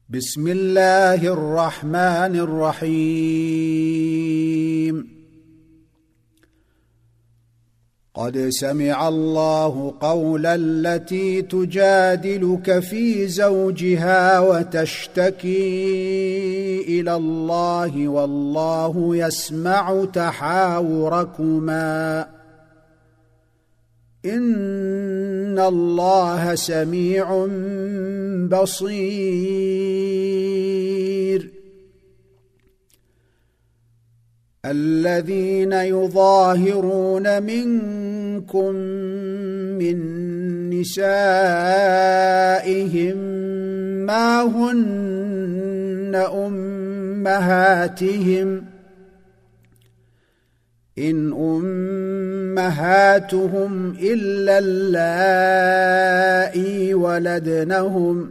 بسم الله الرحمن الرحيم. قد سمع الله قول التي تجادلك في زوجها وتشتكي إلى الله والله يسمع تحاوركما إن الله سميع بصير. الذين يظاهرون منكم من نسائهم ما هن أمهاتهم إن أمهاتهم إلا اللائي ولدنهم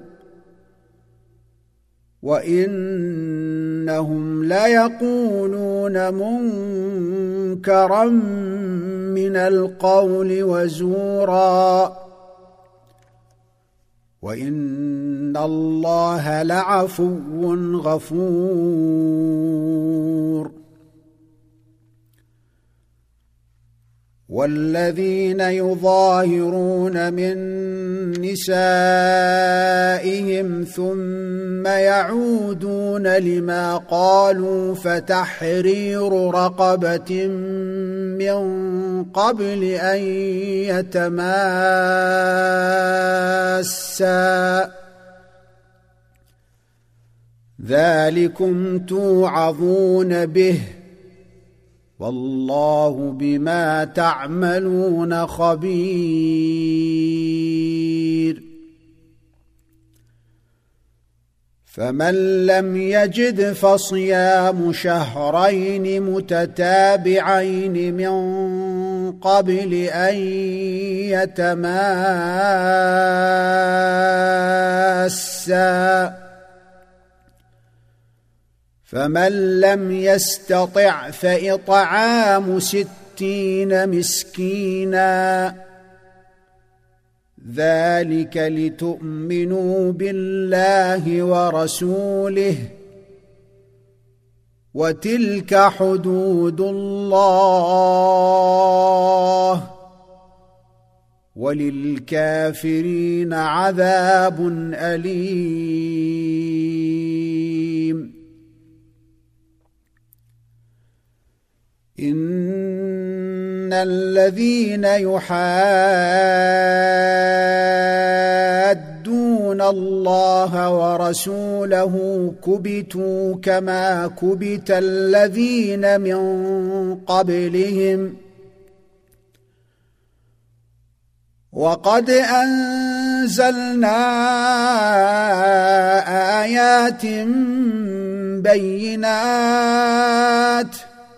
وإنهم ليقولون منكرا من القول وزورا وإن الله لعفو غفور. والذين يظاهرون من نسائهم ثم يعودون لما قالوا فتحرير رقبة من قبل أن يتماسا ذلكم توعظون به والله بما تعملون خبير. فمن لم يجد فصيام شهرين متتابعين من قبل أن يتماسا فمن لم يستطع فإطعام 60 مسكينا ذلك لتؤمنوا بالله ورسوله وتلك حدود الله وللكافرين عذاب أليم. إن الذين يحادون الله ورسوله كبتوا كما كبت الذين من قبلهم وقد أنزلنا آيات بينات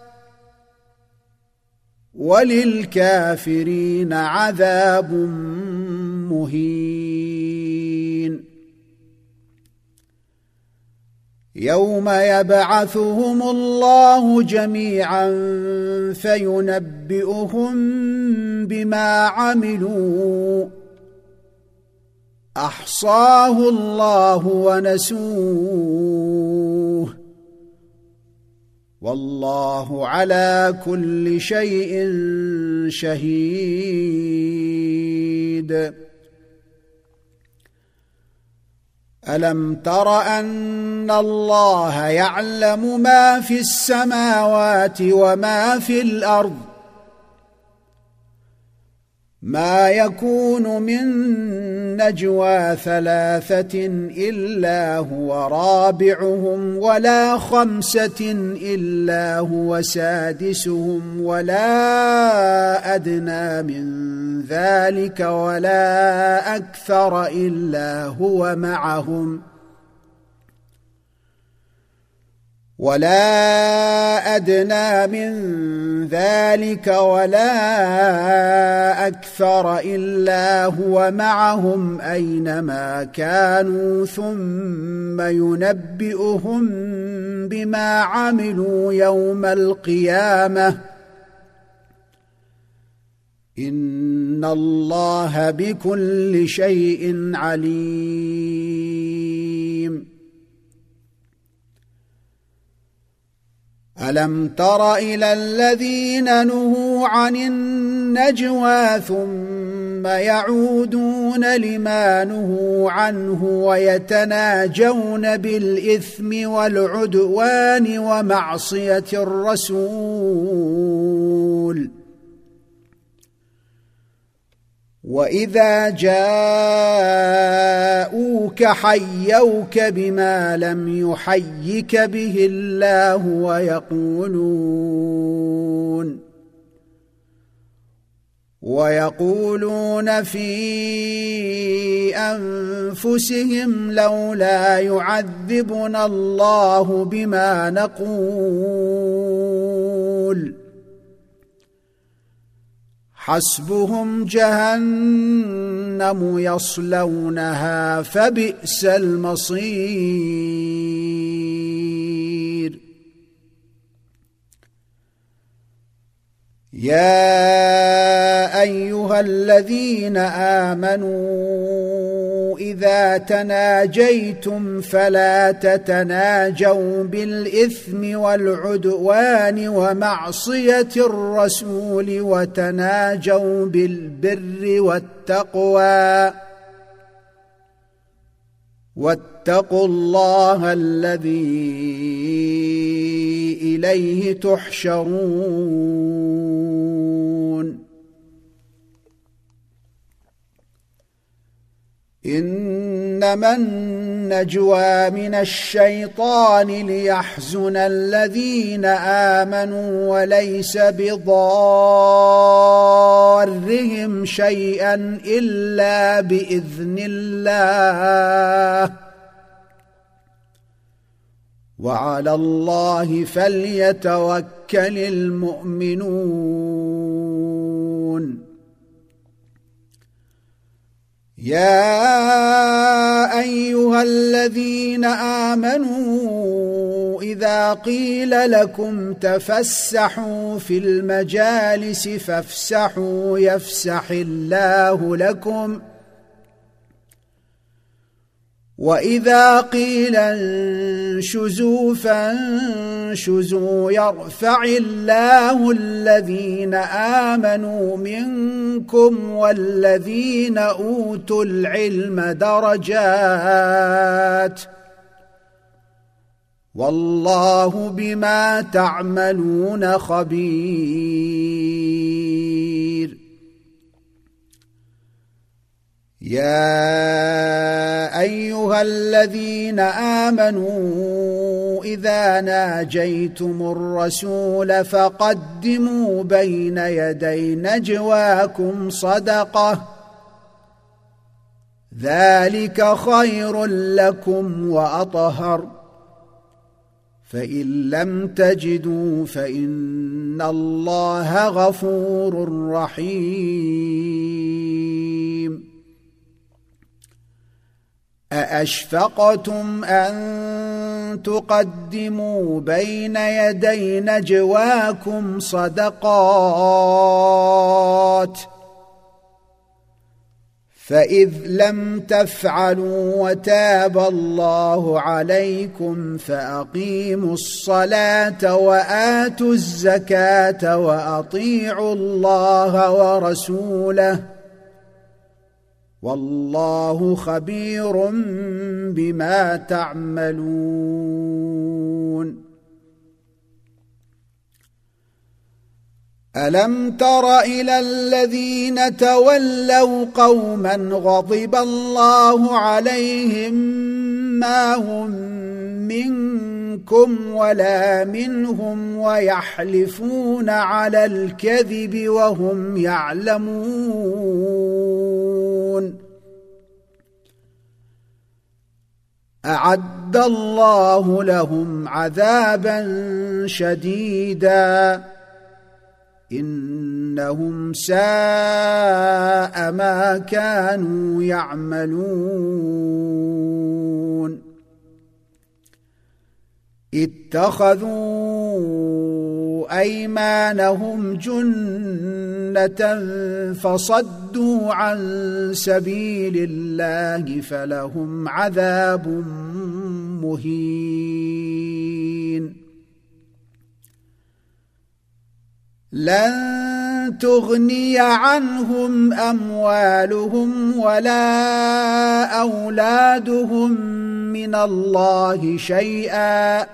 وللكافرين عذاب مهين. يوم يبعثهم الله جميعا فينبئهم بما عملوا أحصاه الله ونسوه والله على كل شيء شهيد. ألم تر أن الله يعلم ما في السماوات وما في الأرض ما يكون من نجوى 3 إلا هو رابعهم ولا 5 إلا هو سادسهم ولا أدنى من ذلك ولا أكثر إلا هو معهم ولا أدنى من ذلك ولا أكثر إلا هو معهم أينما كانوا ثم ينبئهم بما عملوا يوم القيامة إن الله بكل شيء عليم. ألم تر إلى الذين نهوا عن النجوى ثم يعودون لما نهوا عنه ويتناجون بالإثم والعدوان ومعصية الرسول وإذا جاءوك حيوك بما لم يحيك به الله ويقولون في أنفسهم لولا يعذبنا الله بما نقول حسبهم جهنم يصلونها فبئس المصير يا أيها الذين آمنوا إذا تناجيتم فلا تتناجوا بالإثم والعدوان ومعصية الرسول وتناجوا بالبر والتقوى واتقوا الله الذي إليه تحشرون إنما النجوى من الشيطان ليحزن الذين آمنوا وليس بضارهم شيئا إلا بإذن الله وعلى الله فليتوكل المؤمنون يا أيها الذين آمنوا إذا قيل لكم تفسحوا في المجالس فافسحوا يفسح الله لكم وإذا قيل انشزوا فانشزوا يرفع الله الذين آمنوا منكم والذين أوتوا العلم درجات والله بما تعملون خبير يا أيها الذين آمنوا إذا ناجيتم الرسول فقدموا بين يدي نجواكم صدقة ذلك خير لكم وأطهر فإن لم تجدوا فإن الله غفور رحيم أأشفقتم أن تقدموا بين يدي نجواكم صدقات فإذ لم تفعلوا وتاب الله عليكم فأقيموا الصلاة وآتوا الزكاة وأطيعوا الله ورسوله والله خبير بما تعملون ألم تر إلى الذين تولوا قوما غضب الله عليهم ما هم منكم ولا منهم ويحلفون على الكذب وهم يعلمون أعد الله لهم عذابا شديدا إنهم ساء ما كانوا يعملون اتخذوا أيمانهم جنة فصدوا عن سبيل الله فلهم عذاب مهين لن تغني عنهم أموالهم ولا أولادهم من الله شيئا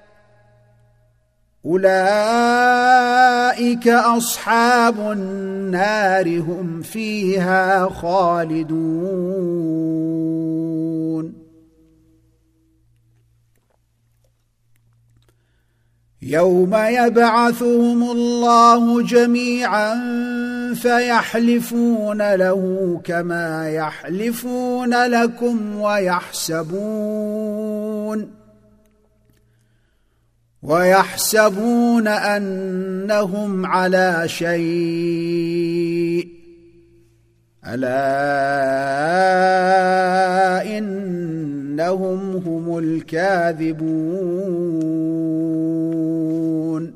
أولئك أصحاب النار هم فيها خالدون يوم يبعثهم الله جميعا فيحلفون له كما يحلفون لكم ويحسبون أنهم على شيء ألا إنهم هم الكاذبون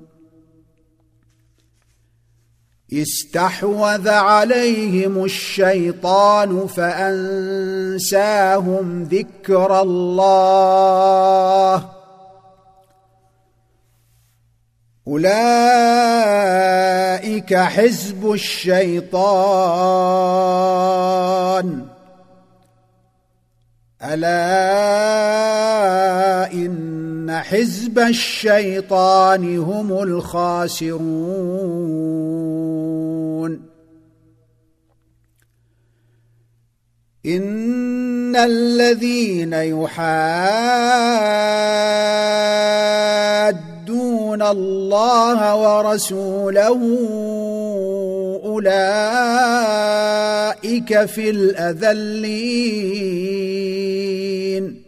استحوذ عليهم الشيطان فأنساهم ذكر الله أولئك حزب الشيطان ألا إن حزب الشيطان هم الخاسرون إن الذين يحادون الله ورسوله أولئك في الأذلين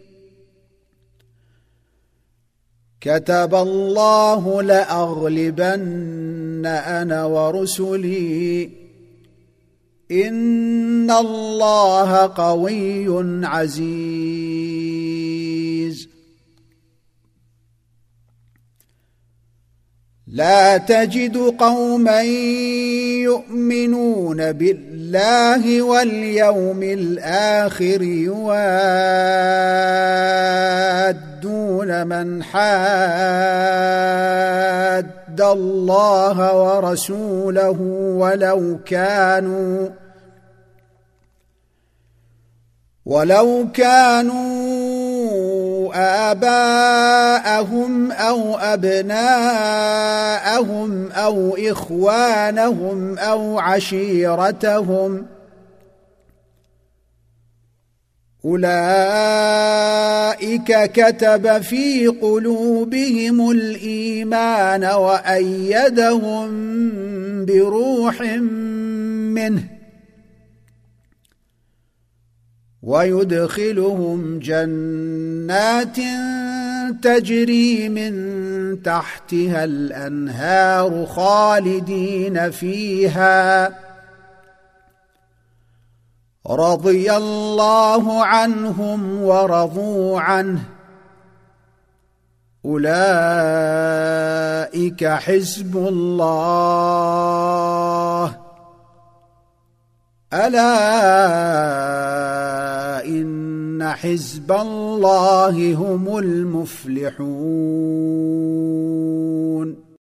كتب الله لأغلبن أنا ورسلي إن الله قوي عزيز لا تجد قوما يؤمنون بالله واليوم الآخر يوادون من حاد الله ورسوله ولو كانوا آباءهم أو أبناءهم أو إخوانهم أو عشيرتهم أولئك كتب في قلوبهم الإيمان وأيدهم بروح منه ويدخلهم جنات تجري من تحتها الأنهار خالدين فيها رضي الله عنهم ورضوا عنه أولئك حزب الله ألا إن حزب الله هم المفلحون